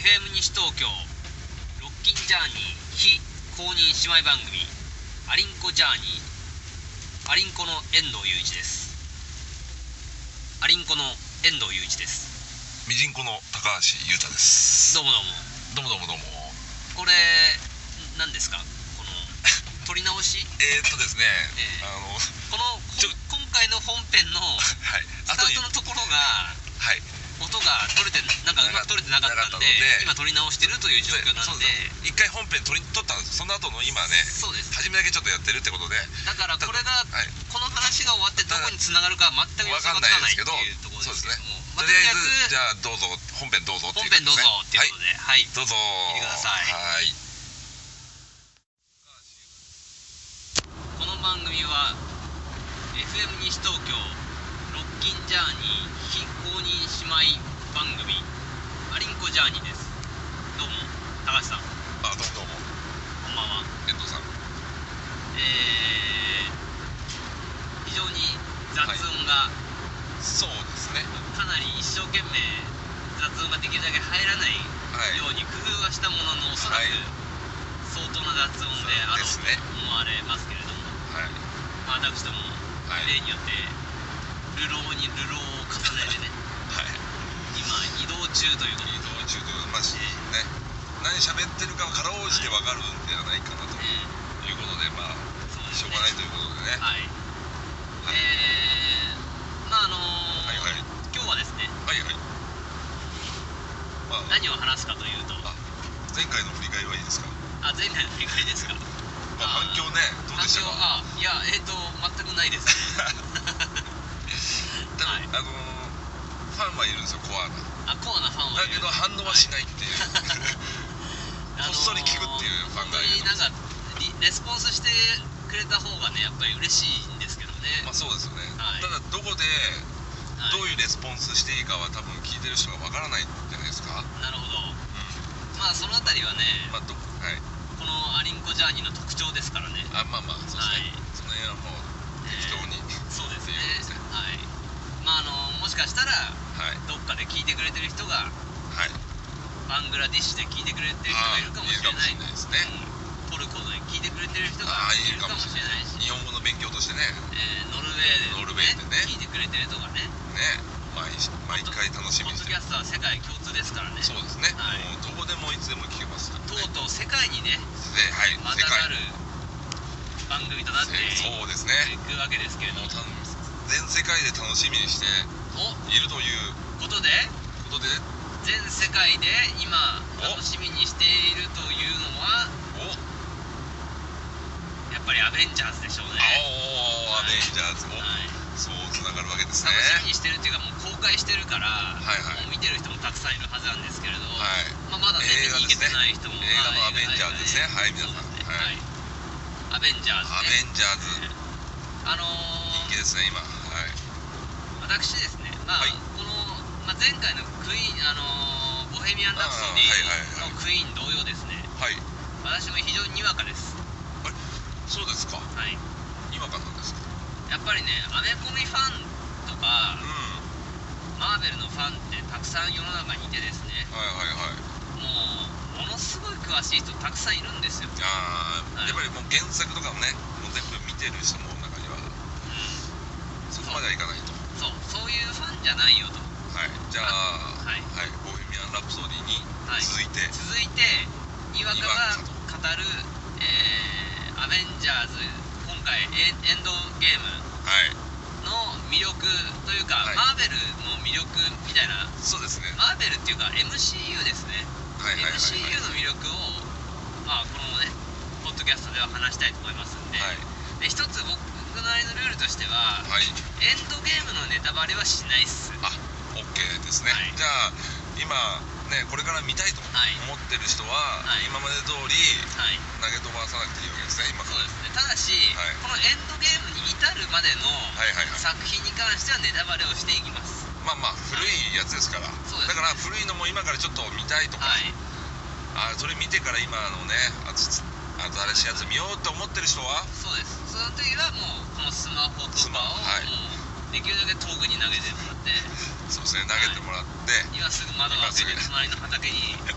FM 西東京ロッキンジャーニー非公認姉妹番組アリンコジャーニー、アリンコの遠藤雄一です。アリンコの遠藤雄一です。 ミジンコの高橋優太です。 どうもどうもどうも。 これ何ですか、この撮り直しですね、 この今回の本編のスタートのところが、音が取れてなんかうまく取れてなかったんで、今撮り直してるという状況なので、 一回本編撮ったんです。その後の今ね、 そうです、 初めだけちょっとやってるってことで、 だからこれが、この話が終わってどこに繋がるか全く予想がつかないっていうところですけども、 とりあえずじゃあどうぞ本編どうぞっていうことですね。 本編どうぞっていうことで、はい、 どうぞ見てください。 はい。 この番組は FM 西東京ロッキンジャーニー非公認姉妹番組アリンコジャーニーです。どうも高橋さん。 どうもこんばんは。 遠藤さん。 非常に雑音が、 そうですね、 かなり一生懸命雑音ができるだけ入らないように工夫はしたものの、おそらく相当な雑音であろうと思われますけれども、私ども例によって流浪に流浪を重ねてね、今移動中ということで、 何喋ってるかかろうじて分かるんではないかなということで、しょうがないということでね。 今日はですね、何を話すかというと、 前回の振り返りはいいですか？ 前回の振り返りですか？ 反響ね、どうでしたか？ いや、全くないですね。 多分ファンはいるんですよ、コアな。 コアなファンはいる。 だけど反応はしないっていう。こっそり聞くっていうファンがいる。 なんかレスポンスしてくれた方がね、やっぱり嬉しいんですけどね。 そうですよね。ただどこでどういうレスポンスしていいかは多分聞いてる人がわからないんじゃないですか。 なるほど。そのあたりはね、このアリンコジャーニーの特徴ですからね。 そうですね。その辺はもう適当に。 そうですね。もしかしたらどっかで聞いてくれてる人が、バングラディッシュで聞いてくれてる人がいるかもしれないですね。トルコで聞いてくれてる人がいるかもしれないし、 日本語の勉強としてね、 ノルウェーで聞いてくれてる人がね、 毎回楽しみにしてる。 ポッドキャストは世界共通ですからね。 そうですね。もうどこでもいつでも聞けます。 とうとう世界にね、またがる番組となっていくわけですけれども、 全世界で楽しみにしているということで、全世界で今楽しみにしているというのはやっぱりアベンジャーズでしょうね。 アベンジャーズもそうつながるわけですね。 楽しみにしてるっていうか、もう公開してるから、もう見てる人もたくさんいるはずなんですけれど、まだね見に行けてない人も、 映画のアベンジャーズですね。皆さん、 アベンジャーズね。 人気ですね今。 私ですね、この前回のクイーン、ボヘミアン・ラプソディのクイーン同様ですね、私も非常ににわかです。 そうですか。にわかなんですか。 やっぱりね、アメコミファンとか、マーベルのファンってたくさん世の中にいてですね、ものすごい詳しい人たくさんいるんですよ。 やっぱりもう原作とかもね、もう全部見てる人も中には、そこまではいかないと。 そういうファンじゃないよと。 じゃあ、ボヘミアン・ラプソディに続いてにわかが語る、アベンジャーズ、今回エンドゲームの魅力というか、マーベルの魅力みたいな、 そうですね。 マーベルっていうか MCU ですね。MCU の魅力をこのねポッドキャストでは話したいと思いますんで、一つ僕なりのルールとしては、エンドゲームのネタバレはしないっす。 OK ですね。じゃあ今ね、これから見たいと思ってる人は、今まで通り投げ飛ばさなくていいわけですね。今そうですね。ただし、このエンドゲームに至るまでの作品に関してはネタバレをしていきます。 古いやつですから。だから古いのも今からちょっと見たいとか、それ見てから今のね新しいやつ見ようと思ってる人は、 そうです。その時はもうこのスマホとかをできるだけ遠くに投げてもらって、 そうですね、投げてもらって、 今すぐ窓を開けて隣の畑に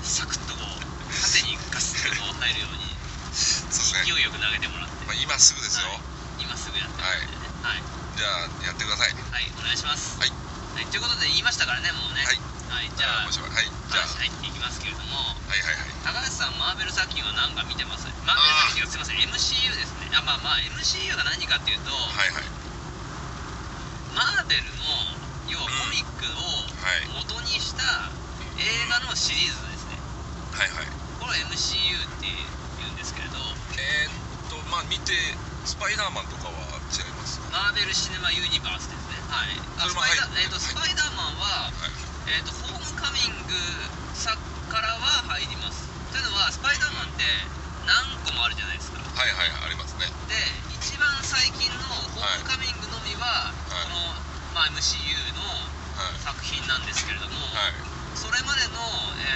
サクッとこう縦にガスッとこう入るように勢いよく投げてもらって、 まあ、今すぐですよ、 今すぐやってもらってね、はい、 じゃあやってください。 はい、お願いします。 はい、 ということで言いましたからね、もうね。はい、じゃあ面白い。はい、じゃあ話入っていきますけれども、 高橋さんマーベル作品は何か見てます？マーベル作品はすいません MCU ですね。まあ MCU が何かっていうと、マーベルの要はコミックを元にした映画のシリーズですね。これを MCU って言うんですけれど、 まあ見てスパイダーマンとかは違います？ マーベルシネマユニバースですね。はい。スパイダーマンは、ホームカミング作からは入ります。というのはスパイダーマンって何個もあるじゃないですか。 ありますね。 で、一番最近のホームカミングのみは、この、MCU の作品なんですけれども、それまでの、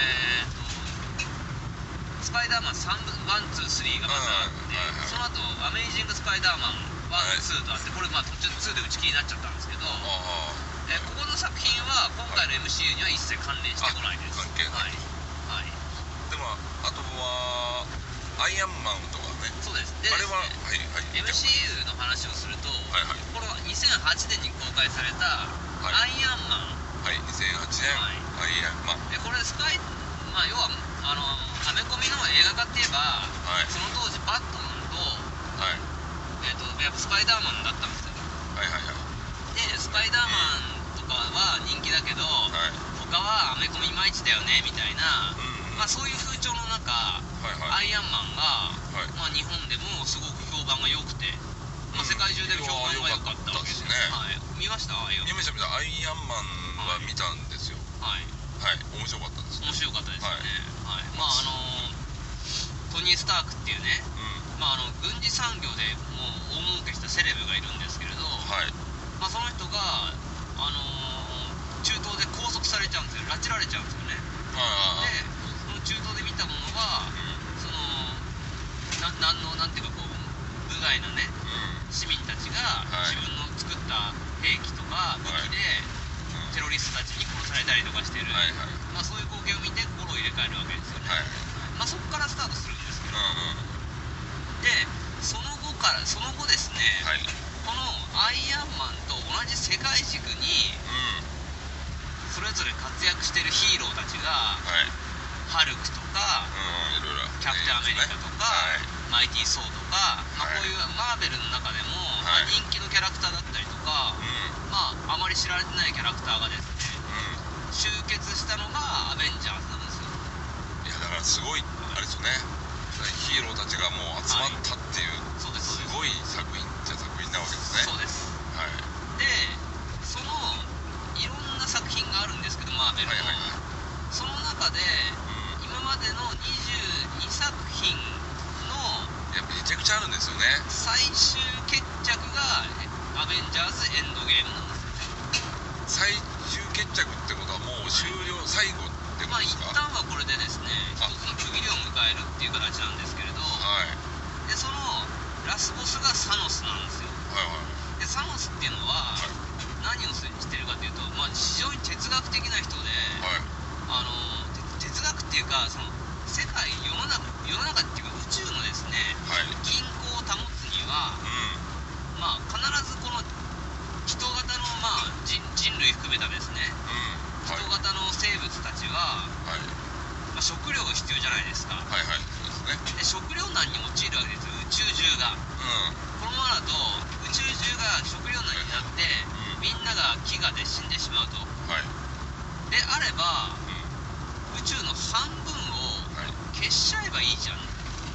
スパイダーマン1、2、3がまずあって、その後アメイジングスパイダーマン1、2とあって、これ途中2で打ち切りになっちゃったんですけど、ここの作品は今回の MCU には一切関連してこないです。 関係ない。でもあとはアイアンマンとかね。 そうです。で、 あれは MCU の話をすると、これは2008年に公開されたアイアンマン。 2008年アイアンマン。 これ要はアメコミの映画化って言えば、その当時バットマンと、やっぱスパイダーマンだったんですよ。で、スパイダーマンとかは人気だけど、他はアメコミいまいちだよねみたいな、そういう風潮の中、アイアンマンが、日本でもすごく評判が良くて、世界中で評判が良かったわけですね。見ました？ 見ました。アイアンマンは見たんですよ。面白かったです。 面白かったですよね。トニー・スタークっていうね、軍事産業でもう大儲けしたセレブがいるんですけれど、その人が中東で拘束されちゃうんですよ。拉致られちゃうんですよね。で、その中東で見たものは、なんていうかこう無害なね、市民たちが自分の作った兵器とか武器でテロリストたちに殺されたりとかしてる、そういう光景を見て心を入れ替えるわけですよね。そこからスタートするんですけど、でその後ですね、このアイアンマンと同じ世界軸に、それぞれ活躍してるヒーローたちが、ハルクとか、キャプテンアメリカとか、マイティー・ソーとか、こういうマーベルの中でも、人気のキャラクターだったりとか、あまり知られてないキャラクターがですね、集結したのがアベンジャーズなんですよ。 いやだからすごいあれですよね。ヒーローたちがもう集まったっていう、すごい作品なわけですね。 そうです。で、そのいろんな作品があるんですけど、マーベルの、その中で、今までの22作品のめちゃくちゃあるんですよね。 最終決着がアベンジャーズエンドゲームなんですよ。 最終決着ってことはもう終了、最後ってことですか？ 一旦はこれでですね、一つの区切りを迎えるっていう形なんですけれど、でそのラスボスがサノスなんですよ。でサノスっていうのは、何をしてるかというと、非常に哲学的な人で、哲学っていうか、その世界、世の中っていうか宇宙のですね、均衡を保つには、必ずこの人型の、人類含めたですね、人型の生物たちは、食料が必要じゃないですか。で食糧難に陥るわけですよ、宇宙中が。このままだと宇宙中が食糧難になって、みんなが飢餓で死んでしまうと。であれば、宇宙の半分を消しちゃえばいいじゃん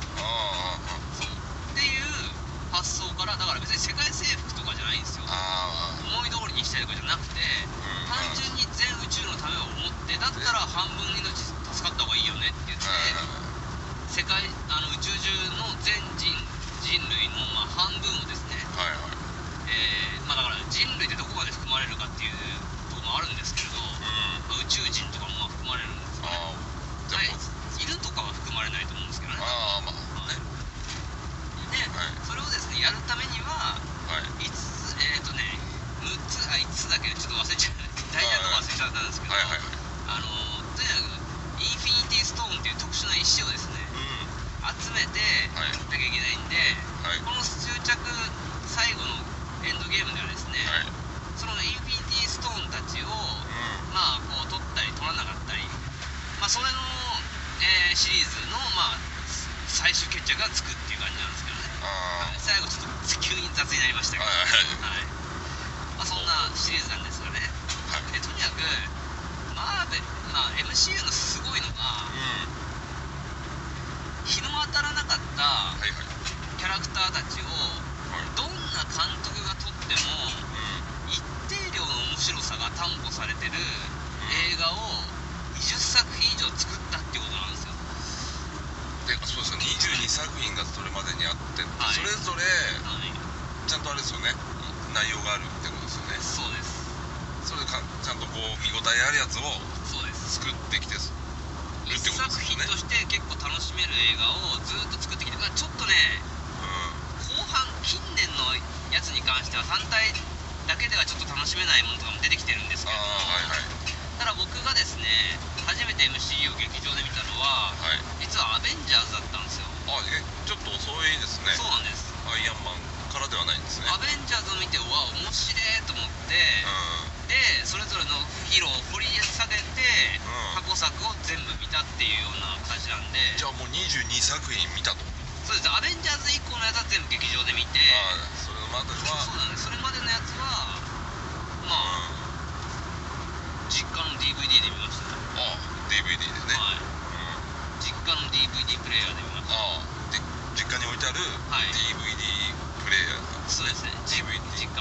っていう発想から、だから別に世界征服とかじゃないんですよ。思い通りにしたいとかじゃなくて、単純に全宇宙のためを思って、だったら半分命助かった方がいいよねって言って、宇宙中の全人類の半分をですね、だから人類ってどこまで含まれるかっていうところもあるんですけれど、宇宙人とかも含まれるんですけど、犬とかは含まれないと思うんですけどね。で、それをですね、やるためには、5つだけちょっと忘れちゃう、大体の忘れちゃったんですけど、とにかくインフィニティストーンで、この終着最後のエンドゲームではですね、そのインフィニティストーンたちを、まあこう取ったり取らなかったり、まあそれの、シリーズのまあ最終決着がつくっていう感じなんですけどね。最後ちょっと急に雑になりましたけど、まあそんなシリーズなんですよね。でとにかくまあ MCU のすごいのが、日の当たらなかったキャラクターたちをどんな監督が撮っても一定量の面白さが担保されてる映画を20作品以上作ったっていうことなんですよ。 でそうですよ、22作品がそれまでにあって、それぞれちゃんとあれですよね、内容があるってことですよね。 そうです。 それでちゃんとこう見応えあるやつを作ってきてるってことですよね。 一作品として結構楽しめる映画をずっと作ってきて、まあ、ちょっとね、後半近年のやつに関しては単体だけではちょっと楽しめないものとかも出てきてるんですけども、ただ僕がですね初めて MCU を劇場で見たのは、実はアベンジャーズだったんですよ。 ちょっと遅いですね。 そうなんです。 アイアンマンからではないんですね。 アベンジャーズを見て面白いと思って、でそれぞれのヒーローを掘り下げて、過去作を全部見たっていうような感じなんで。 じゃあもう22作品見たと。 そうです。アベンジャーズ以降のやつは全部劇場で見て、 それまではそうなんです。それまでのやつはまあ、実家の DVD で見ましたね。 DVD でね。 実家の DVD プレイヤーで見ました。 実家に置いてある DVD プレイヤー。 そうですね。実家のですね。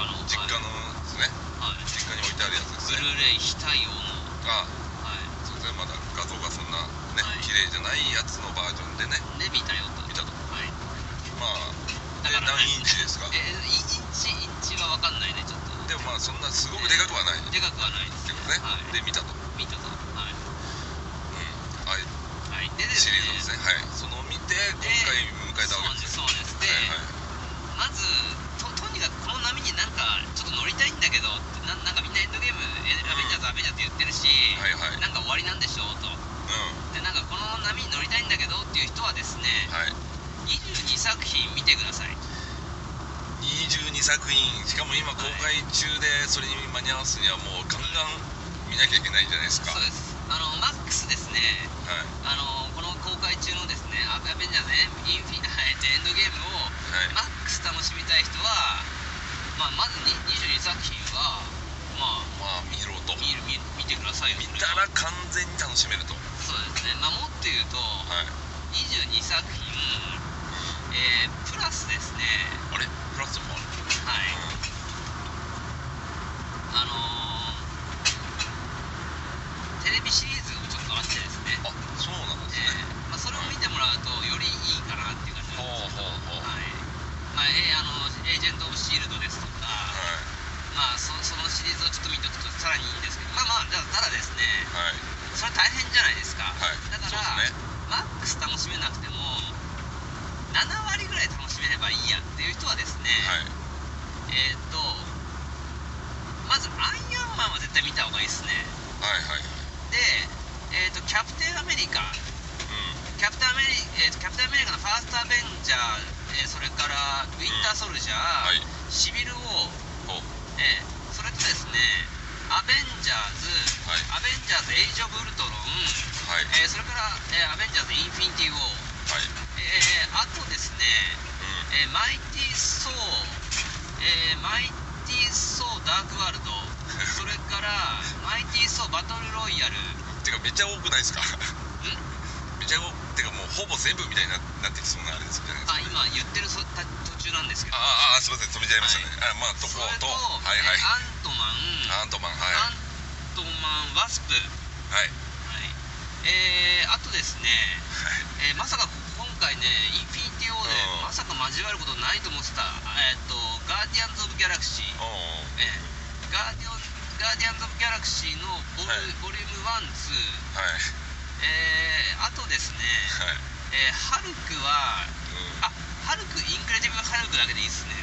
実家に置いてあるやつですね。 ブルーレイ非対応の。 そうですね。まだ画像がそんなね綺麗じゃないやつのバージョンでね。 で見たよと。 まあ何インチですか？ インチは分かんないねちょっと。 でもまあそんなすごくでかくはない。 でかくはないですけどね。で見たと。 でシリーズですね。そのを見て今回迎えたわけです。 そうです。で、まずとにかくこの波になんかちょっと乗りたいんだけど、なんかみんなエンドゲームアベンジャーズって言ってるし、なんか終わりなんでしょうと。でなんかこの波に乗りたいんだけどっていう人はですね、22作品見てください。 22作品、しかも今公開中でそれに間に合わすにはもうガンガン見なきゃいけないんじゃないですか。 そうです。マックスですね、この公開中のですねアベンジャーズエンドゲームをマックス楽しみたい人は、まず22作品は見ろと見てくださいよ。 見たら完全に楽しめると。 そうですね。もっと言うと、22作品、プラスですね。 プラスもある。 テレビシリーズがちょっとあってですね。 そうなんですね。 それを見てもらうとよりいいかなっていう感じなんですけど、エージェント・オブ・シールドですとか、そのシリーズをちょっと見ておくとさらにいいんですけど、ただですね、それ大変じゃないですか。だから、マックス楽しめなくても7割ぐらい楽しめればいいやっていう人はですね、まずアイアンマンは絶対見た方がいいですね。で、キャプテンアメリカ、キャプテンアメリカのファーストアベンジャー、それからウィンターソルジャー、シビルウォー、それとですねアベンジャーズエイジオブウルトロン、それから、アベンジャーズインフィニティウォー、あとですね、マイティソーダークワールド、それからマイティソーバトルロイヤル。 てかめっちゃ多くないですか？めっちゃてかもうほぼ全部みたいになってきそうなあれですじゃないですか。 今言ってる途中なんですけど。 すいません、止めちゃいましたね。とそれと、アントマン、ワスプ、あとですね、まさか今回ねインフィニティ・ウォーでまさか交わることないと思ってたガーディアンズ・オブ・ギャラクシー、ガーディアンズ・オブ・ギャラクシーのボリューム1、2、あとですね、ハルクは、ハルクインクレディブル・ハルクだけでいいですね。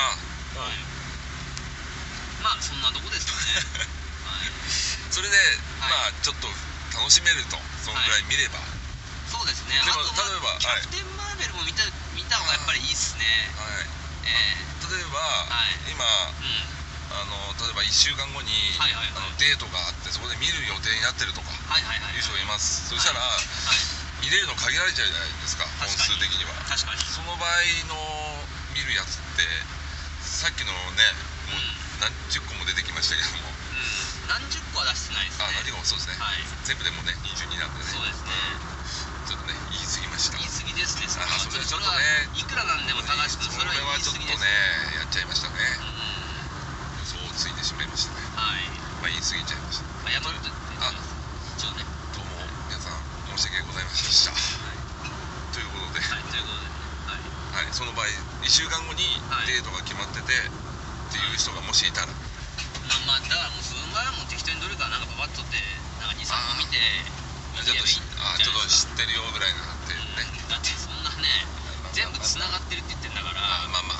そんなとこですかね。 それでちょっと楽しめると、そのくらい見ればそうですね。 でもあと、 例えばキャプテンマーベルも見た方がやっぱりいいっすね。 はい例えば今例えば1週間後にデートがあってそこで見る予定になってるとかいう人がいます。そしたら見れるの限られちゃうじゃないですか、本数的には。 確かに。 その場合の見るやつってさっきのねもう何十個も出てきましたけども、 何十個は出してないですね。 何十個もそうですね、全部でもね22なんでね。 そうですね、 ちょっとね言い過ぎました。 言い過ぎですね。それはちょっとね、 いくらなんでも高橋君それは言い過ぎです。 それはちょっとねやっちゃいましたね。嘘をついてしまいましたね。まあ言い過ぎちゃいました。 謝って一応ね、 どうも皆さん申し訳ございませんでした。ということで、その場合2週間後にデートが決まっててっていう人がもしいたら、 まあだからもうその場合はもう適当にどれかなんかパパッとってなんか2、3個見てちょっと知ってるよぐらいなってね。 だってそんなね全部つながってるって言ってんだから、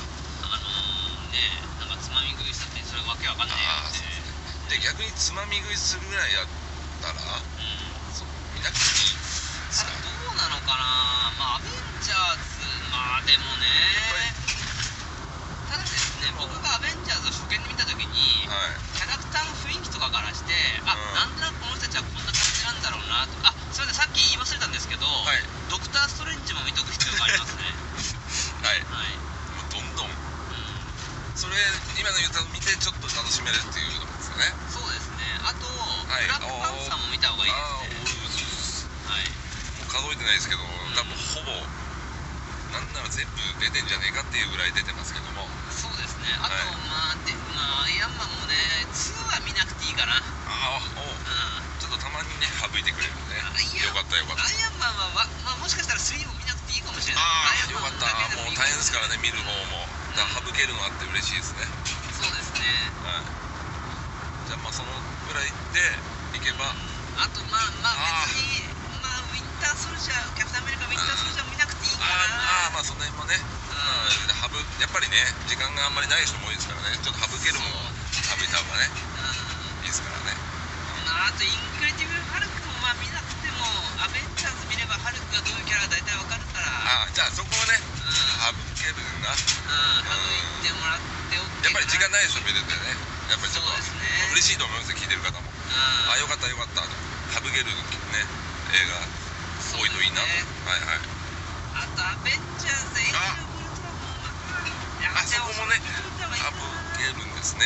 なんかつまみ食いしたってそれわけわかんないよって。 で逆につまみ食いするぐらいやったら見なくていいですか？ どうなのかな。まあアベンジャーズまあでもね、ただですね、僕がアベンジャーズを初見で見た時に、キャラクターの雰囲気とかからしてなんとなくこの人たちはこんな感じなんだろうなと。すいません、さっき言い忘れたんですけど、ドクター・ストレンジも見とく必要がありますね。 もうどんどんそれ今の言ったの見てちょっと楽しめるっていうのですよね。 そうですね。あとブラックパンサーも見た方がいいですね。 もう数えてないですけど多分ほぼなんなら全部出てんじゃねえかっていうぐらい出てますけども。 そうですね。あとアイアンマンもね2は見なくていいかな。 ちょっとたまにね省いてくれるね。よかったよかった。 アイアンマンはもしかしたら3も見なくていいかもしれない。 よかった。もう大変ですからね見る方も。だから省けるのあって嬉しいですね。 そうですね。 じゃあそのぐらいでいけば、 あと別にウィンターソルジャー、キャプテンアメリカウィンターソルジャーも見なくていいかな。 その辺もね、やっぱりね時間があんまりない人も多いですからね、ちょっと省けるものを省いた方がねいいですからね。 あとインクレディブル・ハルクも見なくてもアベンジャーズ見ればハルクがどういうキャラか大体わかるから。 じゃあそこをね省けるな。 省いてもらっておけば。 やっぱり時間ないですよ見れてね。やっぱりちょっと嬉しいと思いますよ聞いてる方も。よかったよかった省けるね映画多いといいな。 あとアベンジャーズエイジ・オブ・ウルトラもそこもね省けるんですね。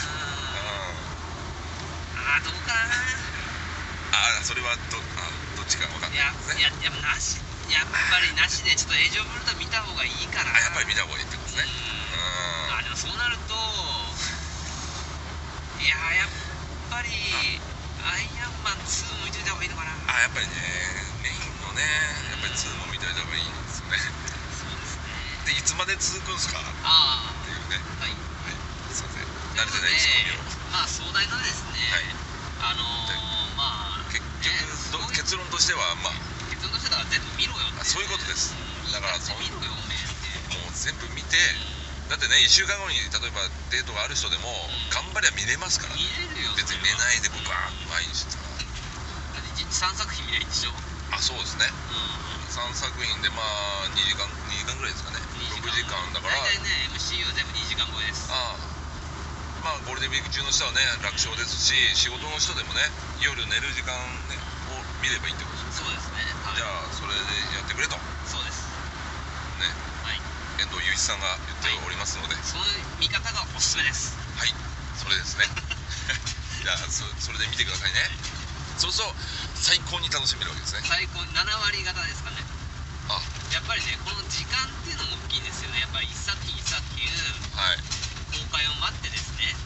どうかな。 それはどっちか分かんないですね。 やっぱりなしでちょっとエイジ・オブ・ウルトラ見た方がいいかな。 やっぱり見た方がいいってことですね。 でもそうなるとやっぱりアイアンマン2も見といた方がいいのかな。 やっぱりねメインのねやっぱり2も見といた方がいいんですよね。 そうですね。 でいつまで続くんですかっていうね。すいません慣れてないですけど、 壮大なですね、 結論としては結論としては全部見ろよって。 そういうことです。だから見ろよおめえってもう全部見て、だってね1週間後に例えばデートがある人でも頑張りゃ見れますからね。 見れるよ。 別に寝ないでバーッと毎日さ 1日3作品見ればいいんでしょ。 そうですね。3作品で2時間ぐらいですかね。6時間だから大体ね MCU は全部2時間超えです。 ゴールデンウィーク中の人はね楽勝ですし、仕事の人でもね夜寝る時間ねを見ればいいってことです。 そうですね。 じゃあそれでやってくれと。 そうですね。遠藤雄一さんが言っておりますので、 そういう見方がおすすめです。 それですね。じゃあそれで見てくださいね。そうすると最高に楽しめるわけですね。 最高7割方ですかね。やっぱりねこの時間っていうのも大きいんですよね。やっぱり一作品一作品公開を待ってですね。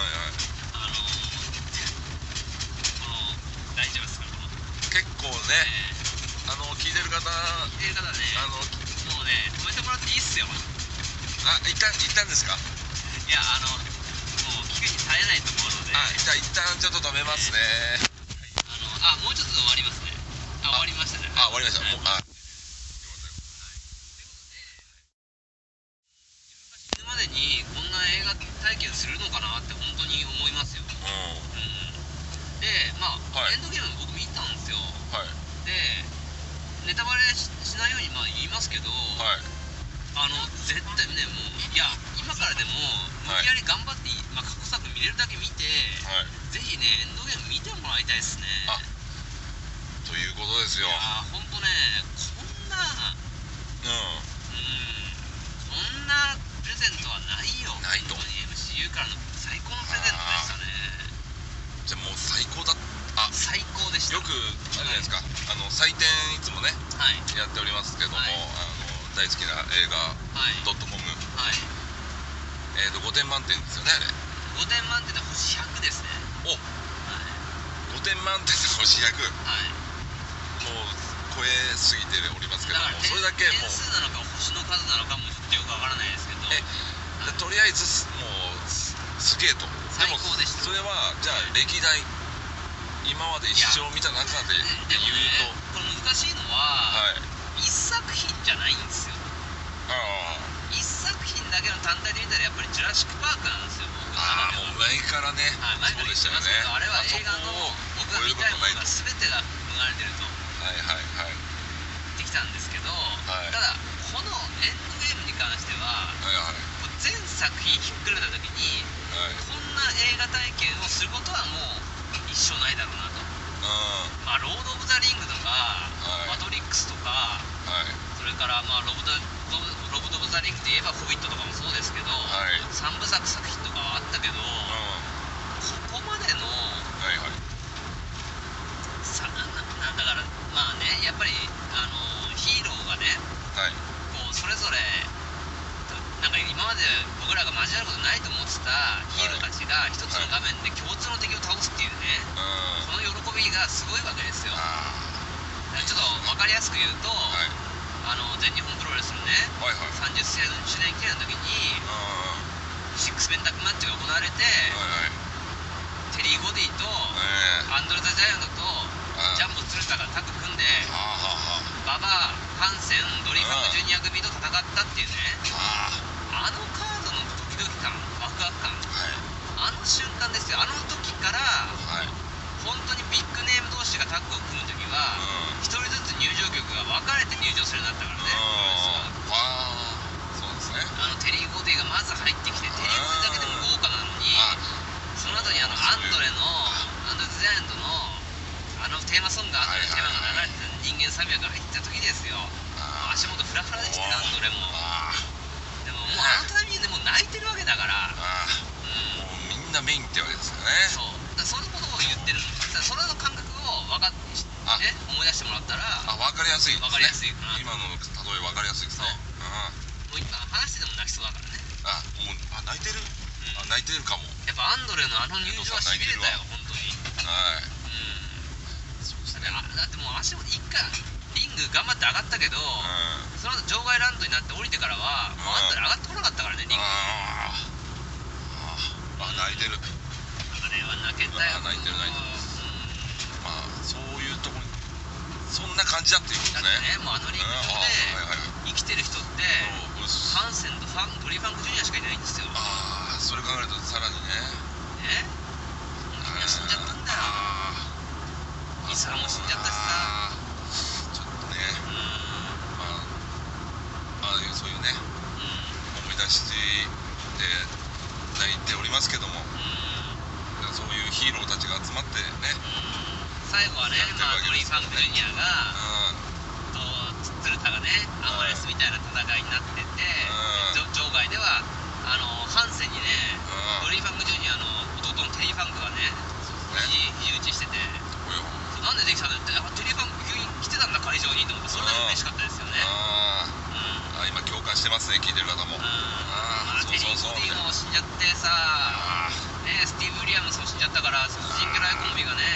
大丈夫ですか。 結構ね聞いてる方ねもうね止めてもらっていいっすよ。 行ったんですか。 いやもう聞くに耐えないと思うので。 じゃあ一旦ちょっと止めますね。 もうちょっとで終わりますね。終わりましたね。 終わりました。 死ぬまでにこんな映画体験するのかなって本当に思いますよ。でエンドゲーム僕見たんですよ。でネタバレしないように言いますけど、絶対ね、もういや今からでも無理やり頑張って、過去作見れるだけ見て、ぜひねエンドゲーム見てもらいたいですね。 ということですよ。 いやほんとね、こんなプレゼントはないよ。 ないと。 MCU からの最高のプレゼントでしたね。 じゃあもう最高だ。 最高でした。 よくあれじゃないですか、採点いつもね、やっておりますけども、大好きな映画ドットコム、5点満点ですよね。あれ 5点満点で星100ですね。 5点満点で星100、もう超えすぎておりますけども、それだけもう点数なのか星の数なのかもちょっとよくわからないですけど、 とりあえずもうすげえと。 最高でした。 それはじゃあ歴代今まで一生見た中で言うと、 これ難しいのは、1作品じゃないんですよ。1作品だけの単体で見たらやっぱりジュラシック・パークなんですよ。 もう前からね、そうでしたよね。 あれは映画の僕が見たいものが全てが含まれてると言ってきたんですけど、ただこのエンドゲームに関しては、全作品ひっくるめた時に、こんな映画体験をすることはもう一生ないだろうなと。ロード・オブ・ザ・リングとか、マトリックスとか、それからロブ・オブ・ザ・リングといえばホビットとかもそうですけど、3部作作品とかはあったけど、ここまでの、だからやっぱりヒーローがね、こうそれぞれ今まで僕らが交わることないと思ってたヒーローたちが一つの画面で共通の敵を倒すっていうね、この喜びがすごいわけですよ。ちょっと分かりやすく言うと、全日本プロレスのね、30周年記念の時にシックスメンタッグマッチが行われて、テリー・ゴディとアンドレ・ザ・ジャイアントとジャンボ鶴田がタッグ組んで、馬場、ハンセン、ドリー・ファンク・ジュニア組と戦ったっていうね、あのカードのドキドキ感、ワクワク感、あの瞬間ですよ。あの時から、本当にビッグネーム同士がタッグを組む時は、一人ずつ入場曲が分かれて入場するようになったからね。 そうですね。 テリー・ゴディがまず入ってきて、テリー・ゴディだけでも豪華なのに、その後にアンドレのアンドレ・ザ・ジャイアントのテーマソング、アンドレのテーマが流れてた人間300が入ってた時ですよ。足元フラフラでしたよ、アンドレも。でももうあのタイミングでもう泣いてるわけだから、 もうみんなメインってわけですよね。 そういうことを言ってるんです。それの感覚を思い出してもらったら分かりやすいですね。 分かりやすいかな。 今の例え分かりやすいですね。 もう今話してても泣きそうだからね。 もう泣いてる、泣いてるかも。 やっぱアンドレの入場はしびれたよ、本当に。 そうですね。 だってもう足元一回リング頑張って上がったけど、その後場外ランドになって降りてからはもうアンドレ上がってこなかったからね、リング。 泣いてる。 あれは泣けたよ。 泣いてる。そういうとこにそんな感じだっていうことね。 もうリング上で生きてる人ってハンセンとドリー・ファンク・ジュニアしかいないんですよ。 それ考えるとさらにね。 みんな死んじゃったんだよ。イサも死んじゃったしさ。 ちょっとね、そういうね、思い出して泣いておりますけども、そういうヒーローたちが集まってね、 最後はね、ドリー・ファンク・ジュニアが鶴田がね、アマレスみたいな戦いになってて、場外ではハンセンにね、ドリー・ファンク・ジュニアの弟のテリー・ファンクがね、肘打ちしてて、なんでできたんだって、テリー・ファンク急に来てたんだ会場にと思って、それだけ嬉しかったですよね。 今共感してますね、聞いてる方も。 テリー・ゴディも死んじゃってさ、スティーブ・ウィリアムスも死んじゃったから、ジングライコンビがね、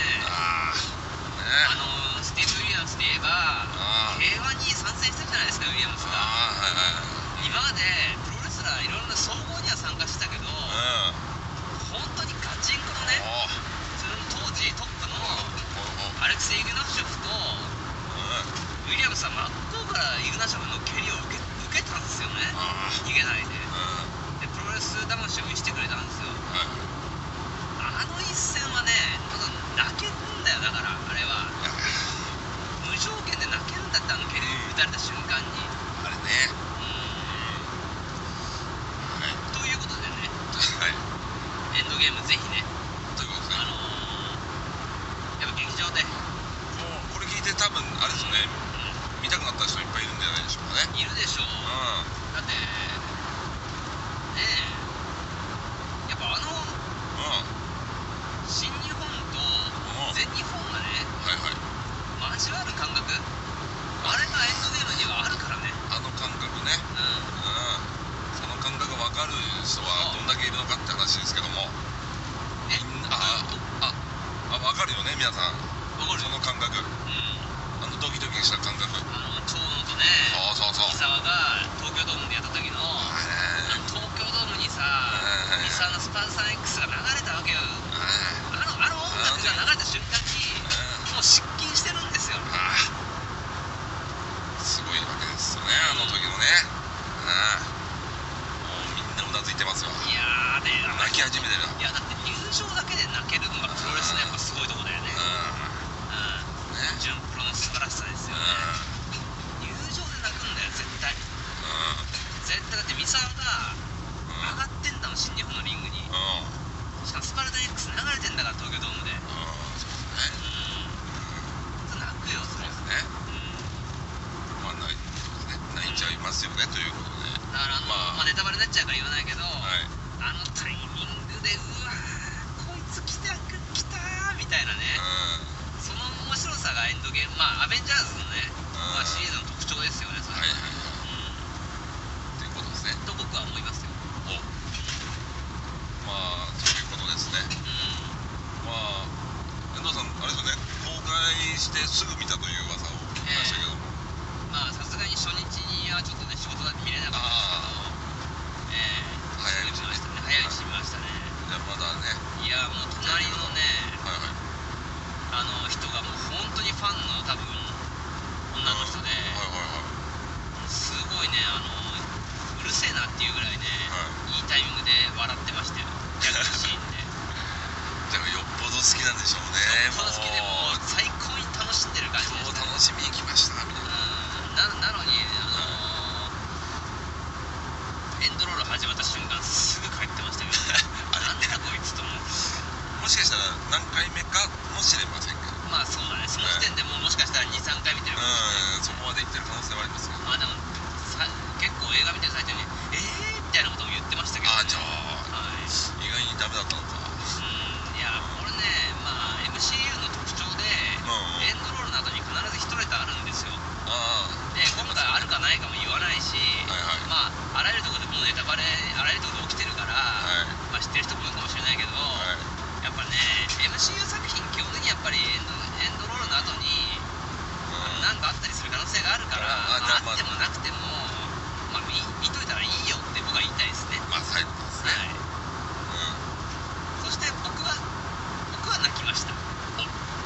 スティーブ・ウィリアムスで言えば K1 に参戦してるじゃないですか、ウィリアムスが。今までプロレスラーいろんな総合には参加してたけど、本当にガチンコのね、当時トップのアレクセイ・イグナショフとウィリアムスは真っ向からイグナショフの蹴りを受けたんですよね、逃げないで。でプロレス魂を見せてくれたんですよ。あの一戦はね、泣けるんだよ。だからあれは無条件で泣けるんだって、蹴り打された瞬間にあれね、 ということでね、エンドゲームぜひね、 ということですね、 やっぱ劇場でもうこれ聞いて多分あれですよね、見たくなった人いっぱいいるんじゃないでしょうかね。 いるでしょう。だってねえ、やっぱ新日本と全日本がね、交わる感覚、あれがエンドゲームにはあるからね。 あの感覚ね、その感覚が分かる人はどんだけいるのかって話ですけども、みんな分かるよね、皆さん。その感覚、ドキドキした感覚、 長野とね、三沢が東京ドームでやった時の東京ドームにさ、三沢のスパルタン X が流れたわけよ。あの音楽が流れた瞬間にもう失禁してるんですよ。 すごいわけですよね、あの時のね。もうみんなうなずいてますよ。 いやー、で泣き始めてる。 いや、だって入場だけで泣けるのがプロレスのやっぱすごいとこだよね。純プロの素晴らしさですよね。入場で泣くんだよ、絶対。絶対。だって三沢が上がってんだもん、新日本のリングに。しかもスパルタン X 流れてんだから、東京ドームで。泣くよ、それ。泣いちゃいますよね、ということで。だからネタバレになっちゃうから言わないけど、あのタイミングで、うわー、こいつ来たーみたいなね、その面白さがエンドゲーム、アベンジャーズのね、シリーズの特徴ですよね、それは。ということですね。と僕は思いますよ。 ということですね。遠藤さん、あれですよね、公開してすぐ見たという噂を聞きましたけども。 さすがに初日にはちょっとね、仕事だって見れなかったんですけど、早いうちに見ましたね。 じゃあまだね。 いや、もう隣のね、人がもう本当にファンの多分女の人で、すごいね、うるせえなっていうぐらいね、いいタイミングで笑ってましたよ、ギャグシーンで。 でもよっぽど好きなんでしょうね。 よっぽど好きで、もう最高に楽しんでる感じでした。 今日楽しみに来ましたみたいな。 なのに、エンドロール始まった瞬間すぐ帰ってましたけど、なんでだこいつと思って。 もしかしたら何回目かもしれませんけど。 そうだね、その時点でもしかしたら2、3回見てるかもしれない。 そこまで行ってる可能性はありますけど。 でも結構映画見てる最中にみたいなことも言ってましたけどね。 じゃあ、意外にダメだったのか。 いや、これね、MCU の特徴で、エンドロールの後に必ず1ネタあるんですよ。で、今回あるかないかも言わないし、あらゆるところでもうネタバレ、あらゆるところで起きてるから、知ってる人もいるかもしれないけど、やっぱね、MCU 作品基本的にやっぱりエンドロールの後に何かあったりする可能性があるから、あってもなくても、見といたらいいよって僕は言いたいですね。 最後ですね。 そして僕は泣きました。この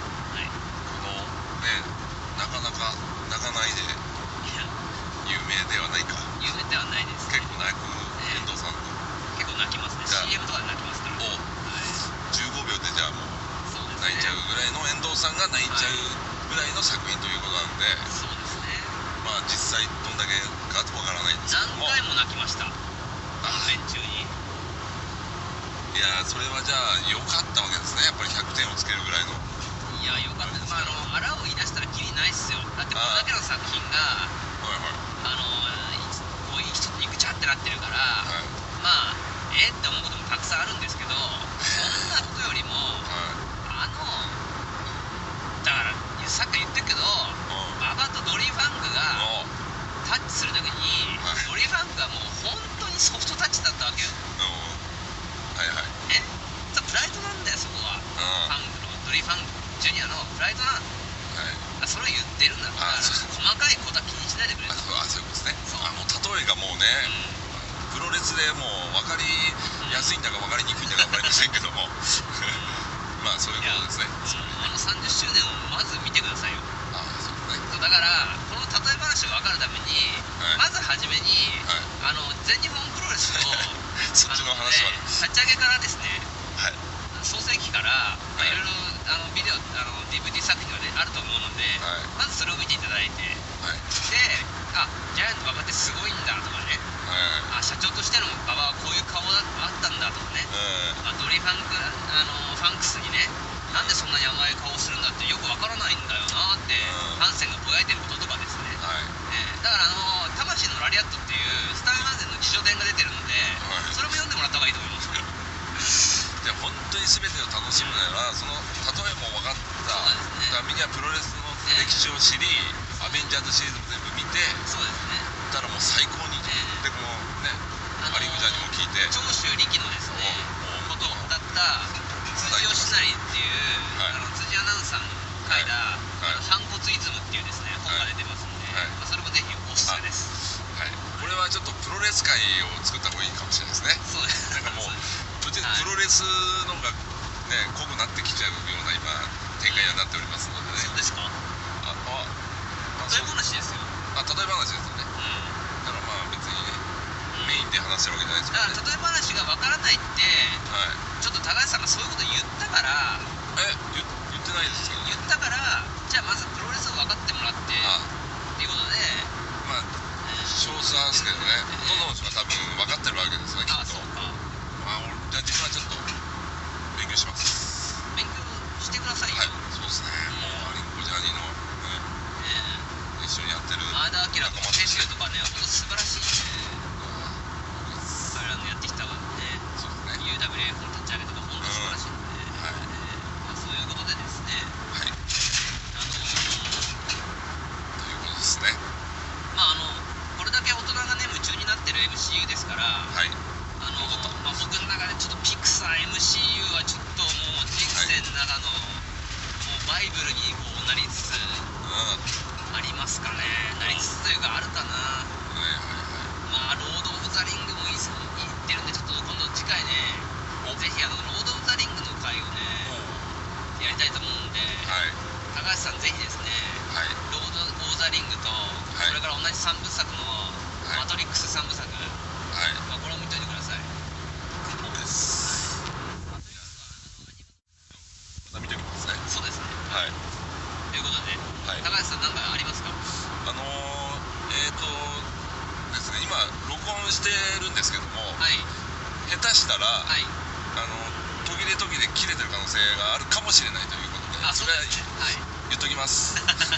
ね、なかなか泣かないで有名ではないか。 有名ではないです。 結構泣く遠藤さん。 結構泣きますね。CM とかで泣きますから。 15秒でじゃあもう泣いちゃうぐらいの遠藤さんが泣いちゃうぐらいの作品ということなんで、 そうですね。 実際どんだけかわからないんですけども、 何回も泣きました、本編中に。 いや、それはじゃあ良かったわけですね、やっぱり100点をつけるぐらいの。 いや、良かったです。あらを言い出したらきりないっすよ。だってこれだけの作品が一つにぐちゃってなってるから、って思うこともたくさんあるんですけど、そんなことよりも、だからさっき言ってるけど、馬場とドリー・ファングがタッチするときに、ドリー・ファングがもう本当にソフトタッチだったわけよ。プライドなんだよ、そこは。ファングのドリー・ファングジュニアのプライドなんだ。それを言ってるんだから、細かいことは気にしないでくれと。 そういうことですね。もう例えがもうね、プロレスでもう分かりやすいんだか分かりにくいんだか分かりませんけどもそういうことですね。 30周年をまず見てくださいよ。だからこの例え話が分かるために、まずはじめに、全日本プロレスのそっちの話は立ち上げからですね、創世期からいろいろビデオDVD 作品があると思うので、まずそれを見ていただいて、 で、ジャイアント馬場ってすごいんだとかね、社長としての馬場はこういう顔があったんだとかね、ドリファンクスにね、なんでそんなに甘い顔をするんだってよくわからないんだよなってハンセンがぼやいてることとかですね、だから魂のラリアットっていうスター・ハンセンの自叙伝が出てるので、それも読んでもらった方がいいと思いますで本当に全てを楽しむならその例えも分かったためにはプロレスの歴史を知り、アベンジャーズシリーズも全部見て、 そうですね、 だからもう最高にでこのねマリングジャーニーも聞いて長州力のですねことを歌った辻義成っていう、辻アナウンサーの書いた「反骨イズム」っていうですね本が出てますので、それもぜひおすすめです。 これはちょっとプロレス界を作った方がいいかもしれないですね。 そうです。 なんかもうプロレスのがね濃くなってきちゃうような今展開になっておりますのでね。 そうですか。例え話ですよ。 例え話ですよね。だからまあ別にねメインで話してるわけじゃないですからね。だから例え話がわからないって、ちょっと高橋さんがそういうこと言ったから。 言ってないですけど。 言ったからじゃあまずプロレスを分かってもらってっていうことで。 まあ少数派ですけどね。どの人は多分分かってるわけですねきっと。 そうか。 じゃあ自分はちょっと勉強します。 勉強してくださいよ。 そうですね。もうアリンコジャーニーの一緒にやってる前田明とか選手とかね、本当素晴らしい彼らのやってきたからね、UWF の立ち上げとか本当素晴らしいので、そういうことでですね、 ということですね。 これだけ大人がね夢中になってる MCU ですから、僕の中でちょっとピクサー MCU はちょっともう人生の中のもうバイブルにこうなりつつありますかね。なりつつというかあるかな。ロード・オブ・ザ・リングも言ってるんで、ちょっと今度次回ねぜひロード・オブ・ザ・リングの回をねやりたいと思うんで、高橋さんぜひですね、ロード・オブ・ザ・リングとそれから同じ3部作のマトリックス3部作、これを見といてください。 僕です。また見ておきますね。 そうですね。ということで、高橋さん何かありますか？ ですね、今録音してるんですけども、下手したら、途切れ切れてる可能性があるかもしれないということで、それは言っときます。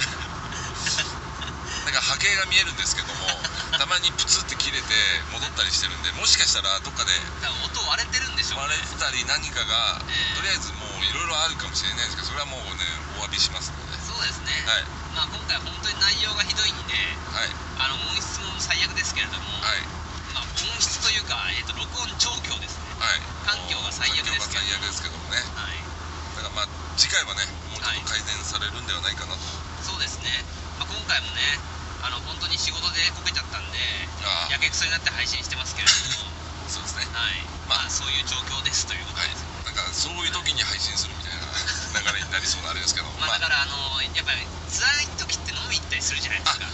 なんか波形が見えるんですけども、たまにプツって切れて戻ったりしてるんで、もしかしたらどっかで音割れてるんでしょうね。 割れてたり何かが、とりあえずもういろいろあるかもしれないですけど、それはもうねお詫びしますので。 そうですね。今回本当に内容がひどいんで、音質も最悪ですけれども、音質というか、録音状況ですね。環境が最悪ですけどもね。だから次回はねもうちょっと改善されるんではないかなと。 そうですね。今回もね本当に仕事でこけちゃったんでやけくそになって配信してますけれどもそうですね。 そういう状況ですということです。 なんかそういう時に配信するみたいな流れになりそうなあれですけど、 だからやっぱり辛い時って飲み行ったりするじゃないですか。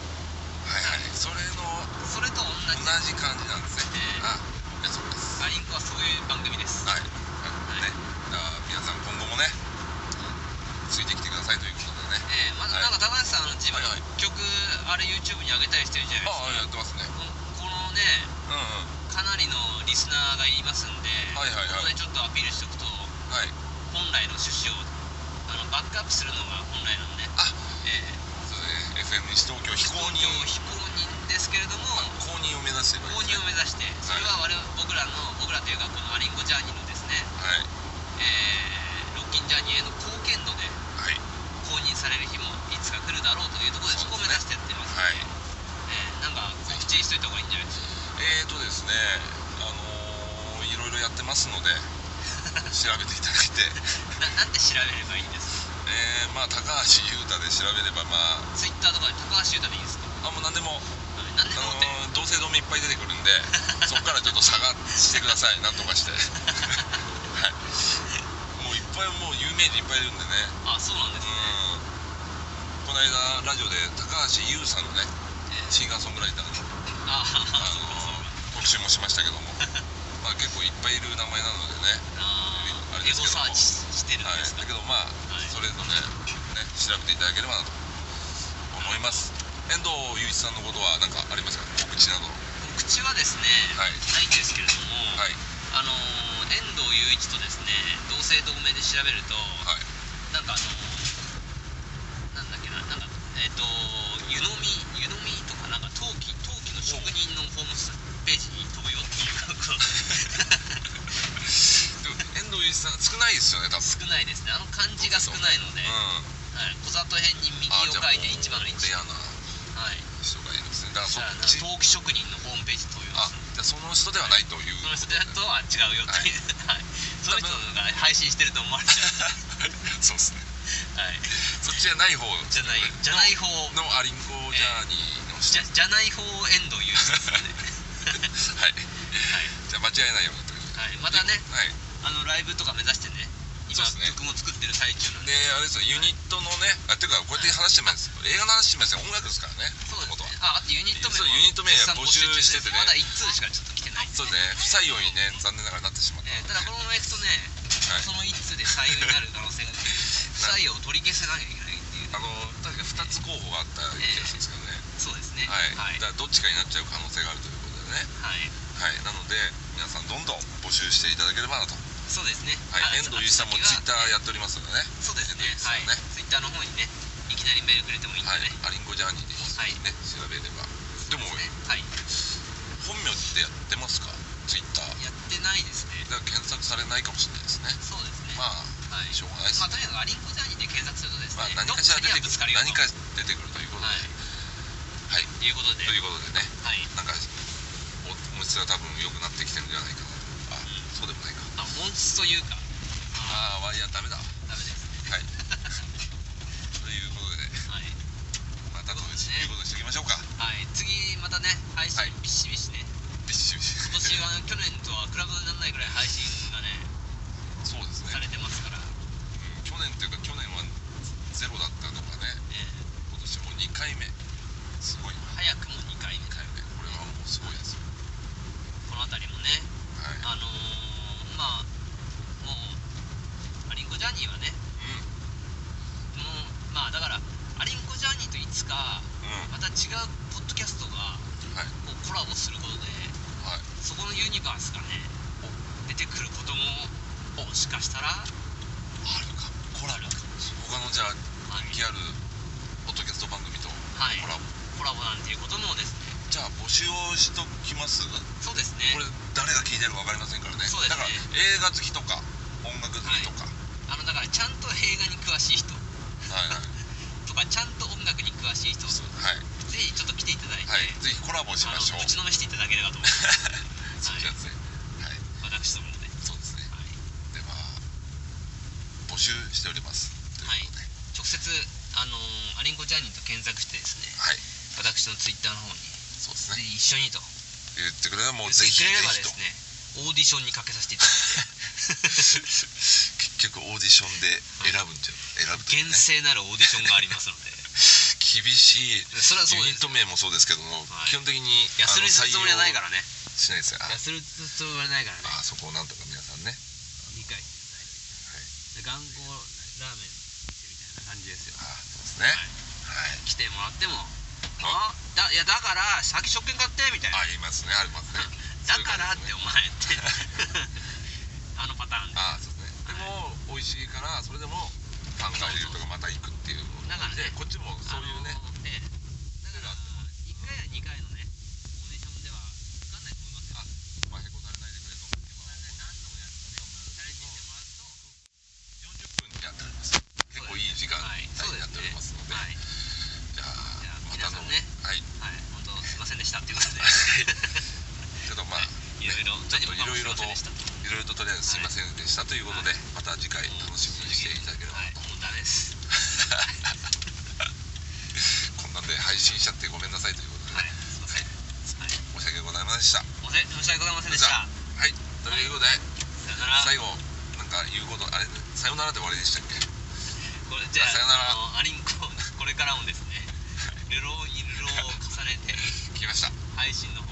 それと同じ感じなんですね。そうです。 アリンコはそういう番組です。 皆さん今後もねついてきてくださいということでね。 なんか高橋さん自分の曲YouTube に上げたりしてるじゃないですか。 やってますね。 このねかなりのリスナーがいますんで、ここでちょっとアピールしておくと、本来の趣旨をバックアップするのが本来なのね。 FM 西東京非公認ですけれども、 公認を目指して、 それは僕らというかこのアリンコジャーニーのですね、ロッキンジャーニーへの貢献度で公認される日もいつか来るだろうというところで、そこを目指してやってますので、なんか告知しといた方がいいんじゃないですか。 ですね、いろいろやってますので調べていただいてなんで調べればいいんですか？ 高橋優太で調べればツイッターとかで高橋優太でいいですか？ もう何でもって同姓同名いっぱい出てくるんでそこからちょっと探してください。なんとかしてもういっぱいもう有名人いっぱいいるんでね。 そうなんですね。 この間ラジオで高橋優さんのねシンガーソングライターの特集もしましたけども結構いっぱいいる名前なのでね、あれですけどもエゴサーチしてるんですか？ だけどそれぞれね調べていただければなと思います。 遠藤雄一さんのことは何かありますか？告知など。 告知はですね、ないんですけれども、遠藤雄一とですね、同姓同名で調べると、なんかなんだっけな、なんか湯飲みとかなんか陶器の職人のホームページに飛ぶよっていう遠藤雄一さん少ないですよね、多分。 少ないですね。漢字が少ないので、小里編に右を書いて一番の一。 レアな人がいるんですね。だから陶器職人のホームページ飛ぶよ。 じゃあその人ではないという。 その人とは違うよっていう。その人が配信してると思われちゃう。 そうですね。そっちじゃない方じゃない方のアリンコジャーニーのじゃない方遠藤雄一ですね。 じゃあ間違えないようにという。 またね、ライブとか目指してね、今曲も作ってる最中なんで。 あれですよ、ユニットのね、っていうかこうやって話してます。映画の話してますよ、音楽ですからね。 そうですね。あとユニット名募集しててね。 まだ1通しかちょっと来てない。 そうですね。不採用にね、残念ながらなってしまった。 ただこのままいくとね、その1通で採用になる可能性が不採用を取り消せなきゃいけないっていう。 確か2つ候補があった気がするんですけどね。 そうですね。 だからどっちかになっちゃう可能性があるということでね。なので皆さんどんどん募集していただければなと。 そうですね。 遠藤雄一さんもツイッターやっておりますのでね。 そうですね。ツイッターの方にね、いきなりメールくれてもいいんでね。 アリンコジャーニーでね、調べれば。でも本名でやってますか？ツイッター。 やってないですね。 だから検索されないかもしれないですね。 そうですね。 しょうがないです。 とにかくアリンコジャーニーで検索するとですね、 何かしら出てくる。何か出てくるということで。 ということでね。なんか音質は多分良くなってきてるんじゃないかな。そうでもないか。 音質というか。 いやダメだ。 ダメですね。 ということでね。またということにしておきましょうか。 次またね、配信ビシビシね。 ビシビシ。 今年は去年とは比べ物にならないぐらい配信がね、 そうですね。 されてますから。 去年というか去年はゼロだったのがね、今年も2回目。すごい。 早くも2回目。 これはもうすごいですよ。 この辺りもね、もうアリンコジャーニーはね、もうだからアリンコジャーニーといつかまた違うポッドキャストがこうコラボすることで、そこのユニバースがね出てくることももしかしたらあるかも。 他のじゃあ人気あるポッドキャスト番組とコラボなんていうこともですね。 じゃあ募集をしときます。 そうですね。 これ誰が聞いてるか分かりませんからね。 そうですね。 だから映画好きとか音楽好きとか、 だからちゃんと映画に詳しい人とかちゃんと音楽に詳しい人、ぜひちょっと来ていただいて、 ぜひコラボしましょう。 打ちのめしていただければと思います。 そうですね。 私どもで。 そうですね。で募集しております。 直接アリンコジャーニーと検索してですね、私のツイッターの方にそうですね。 ぜひ一緒にと言ってくれればもうぜひ言ってくれればですね、オーディションにかけさせていただいて結局オーディションで選ぶんじゃん。 厳正なるオーディションがありますので厳しい。 それはそうです。 ユニット名もそうですけども、基本的にやするつもりはないからね。 しないですよ。 やするつもりはないからね。 そこをなんとか皆さんね理解していただいて、頑固ラーメンみたいな感じですよ。 そうですね。 来てもらっても、いやだから先食券買ってみたいな。 言いますね。ありますね。 だからってお前ってパターンで。 そうですね。でも美味しいからそれでもファンがいるとかまた行くっていうのなので、こっちもそういうね。 だから1回や2回のねオーディションでは分かんないと思いますよ。 へこたれないでくれと。 何度もやってチャレンジしてもらうと 40分やっております。結構いい時間やっておりますので、じゃあ皆さんね、本当すいませんでしたっていうことでちょっといろいろととりあえずすいませんでしたということで、また次回楽しみにしていただければと。 もうダメです。 こんなんで配信しちゃってごめんなさいということでね。 すいません。 申し訳ございませんでした。 申し訳ございませんでした。 ということで、 さよなら。 最後なんか言うことあれ、さよならで終わりでしたっけ？ これじゃあさよなら。 アリンコこれからもですね、ルローにルローを重ねて来ました。 配信の